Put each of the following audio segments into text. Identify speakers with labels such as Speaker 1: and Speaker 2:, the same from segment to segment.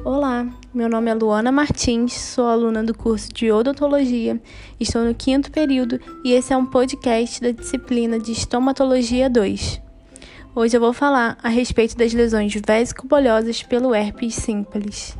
Speaker 1: Olá, meu nome é Luana Martins, sou aluna do curso de Odontologia, estou no 5º período e esse é um podcast da disciplina de Estomatologia 2. Hoje eu vou falar a respeito das lesões vésico-bolhosas pelo herpes simples.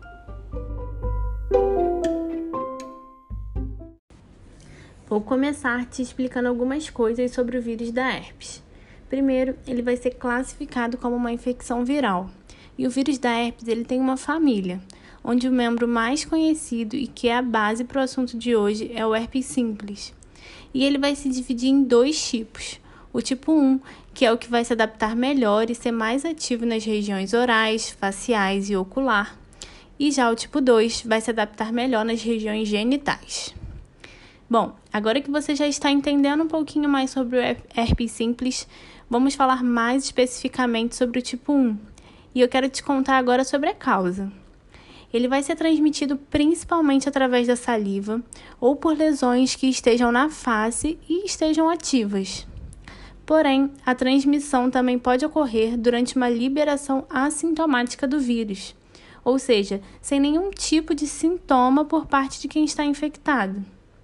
Speaker 1: Vou começar te explicando algumas coisas sobre o vírus da herpes. Primeiro, ele vai ser classificado como uma infecção viral. E o vírus da herpes ele tem uma família, onde o membro mais conhecido e que é a base para o assunto de hoje é o herpes simples. E ele vai se dividir em 2 tipos. O tipo 1, que é o que vai se adaptar melhor e ser mais ativo nas regiões orais, faciais e ocular. E já o tipo 2 vai se adaptar melhor nas regiões genitais. Bom, agora que você já está entendendo um pouquinho mais sobre o herpes simples, vamos falar mais especificamente sobre o tipo 1. E eu quero te contar agora sobre a causa. Ele vai ser transmitido principalmente através da saliva ou por lesões que estejam na face e estejam ativas. Porém, a transmissão também pode ocorrer durante uma liberação assintomática do vírus, ou seja, sem nenhum tipo de sintoma por parte de quem está infectado.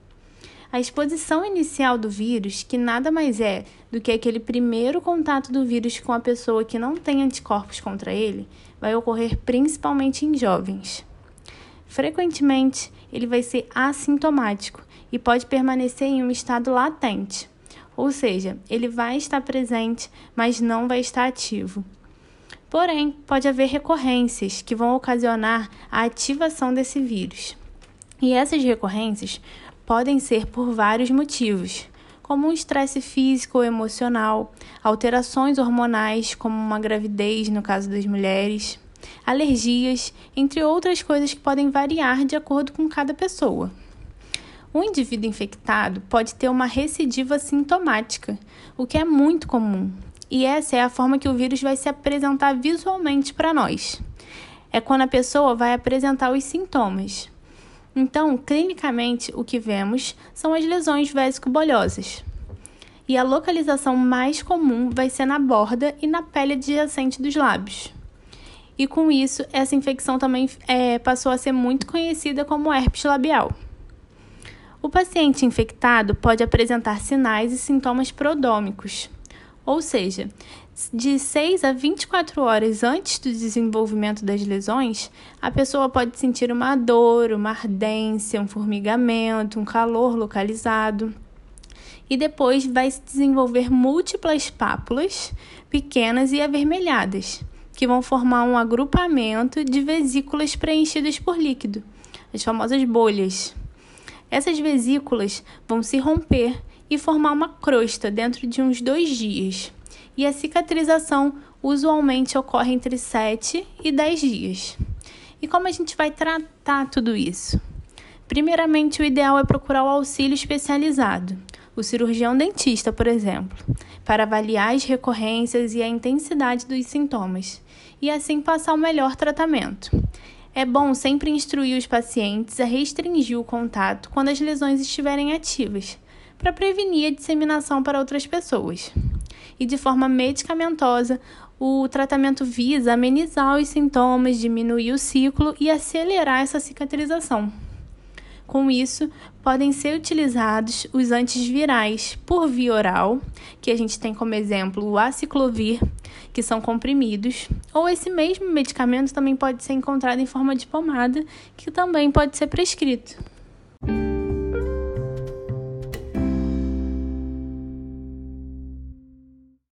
Speaker 1: A exposição inicial do vírus, que nada mais é do que aquele primeiro contato do vírus com a pessoa que não tem anticorpos contra ele, vai ocorrer principalmente em jovens. Frequentemente, ele vai ser assintomático e pode permanecer em um estado latente, ou seja, ele vai estar presente, mas não vai estar ativo. Porém, pode haver recorrências que vão ocasionar a ativação desse vírus. E essas recorrências podem ser por vários motivos, como um estresse físico ou emocional, alterações hormonais, como uma gravidez no caso das mulheres, alergias, entre outras coisas que podem variar de acordo com cada pessoa. O indivíduo infectado pode ter uma recidiva sintomática, o que é muito comum, e essa é a forma que o vírus vai se apresentar visualmente para nós. É quando a pessoa vai apresentar os sintomas. Então, clinicamente, o que vemos são as lesões vésico-bolhosas. E a localização mais comum vai ser na borda e na pele adjacente dos lábios. E com isso, essa infecção também passou a ser muito conhecida como herpes labial. O paciente infectado pode apresentar sinais e sintomas prodrômicos, ou seja, de 6 a 24 horas antes do desenvolvimento das lesões, a pessoa pode sentir uma dor, uma ardência, um formigamento, um calor localizado. E depois vai se desenvolver múltiplas pápulas pequenas e avermelhadas, que vão formar um agrupamento de vesículas preenchidas por líquido, as famosas bolhas. Essas vesículas vão se romper e formar uma crosta dentro de uns 2 dias. E a cicatrização usualmente ocorre entre 7 e 10 dias. E como a gente vai tratar tudo isso? Primeiramente, o ideal é procurar o auxílio especializado, o cirurgião dentista, por exemplo, para avaliar as recorrências e a intensidade dos sintomas, e assim passar o melhor tratamento. É bom sempre instruir os pacientes a restringir o contato quando as lesões estiverem ativas, para prevenir a disseminação para outras pessoas. E de forma medicamentosa, o tratamento visa amenizar os sintomas, diminuir o ciclo e acelerar essa cicatrização. Com isso, podem ser utilizados os antivirais por via oral, que a gente tem como exemplo o aciclovir, que são comprimidos, ou esse mesmo medicamento também pode ser encontrado em forma de pomada, que também pode ser prescrito.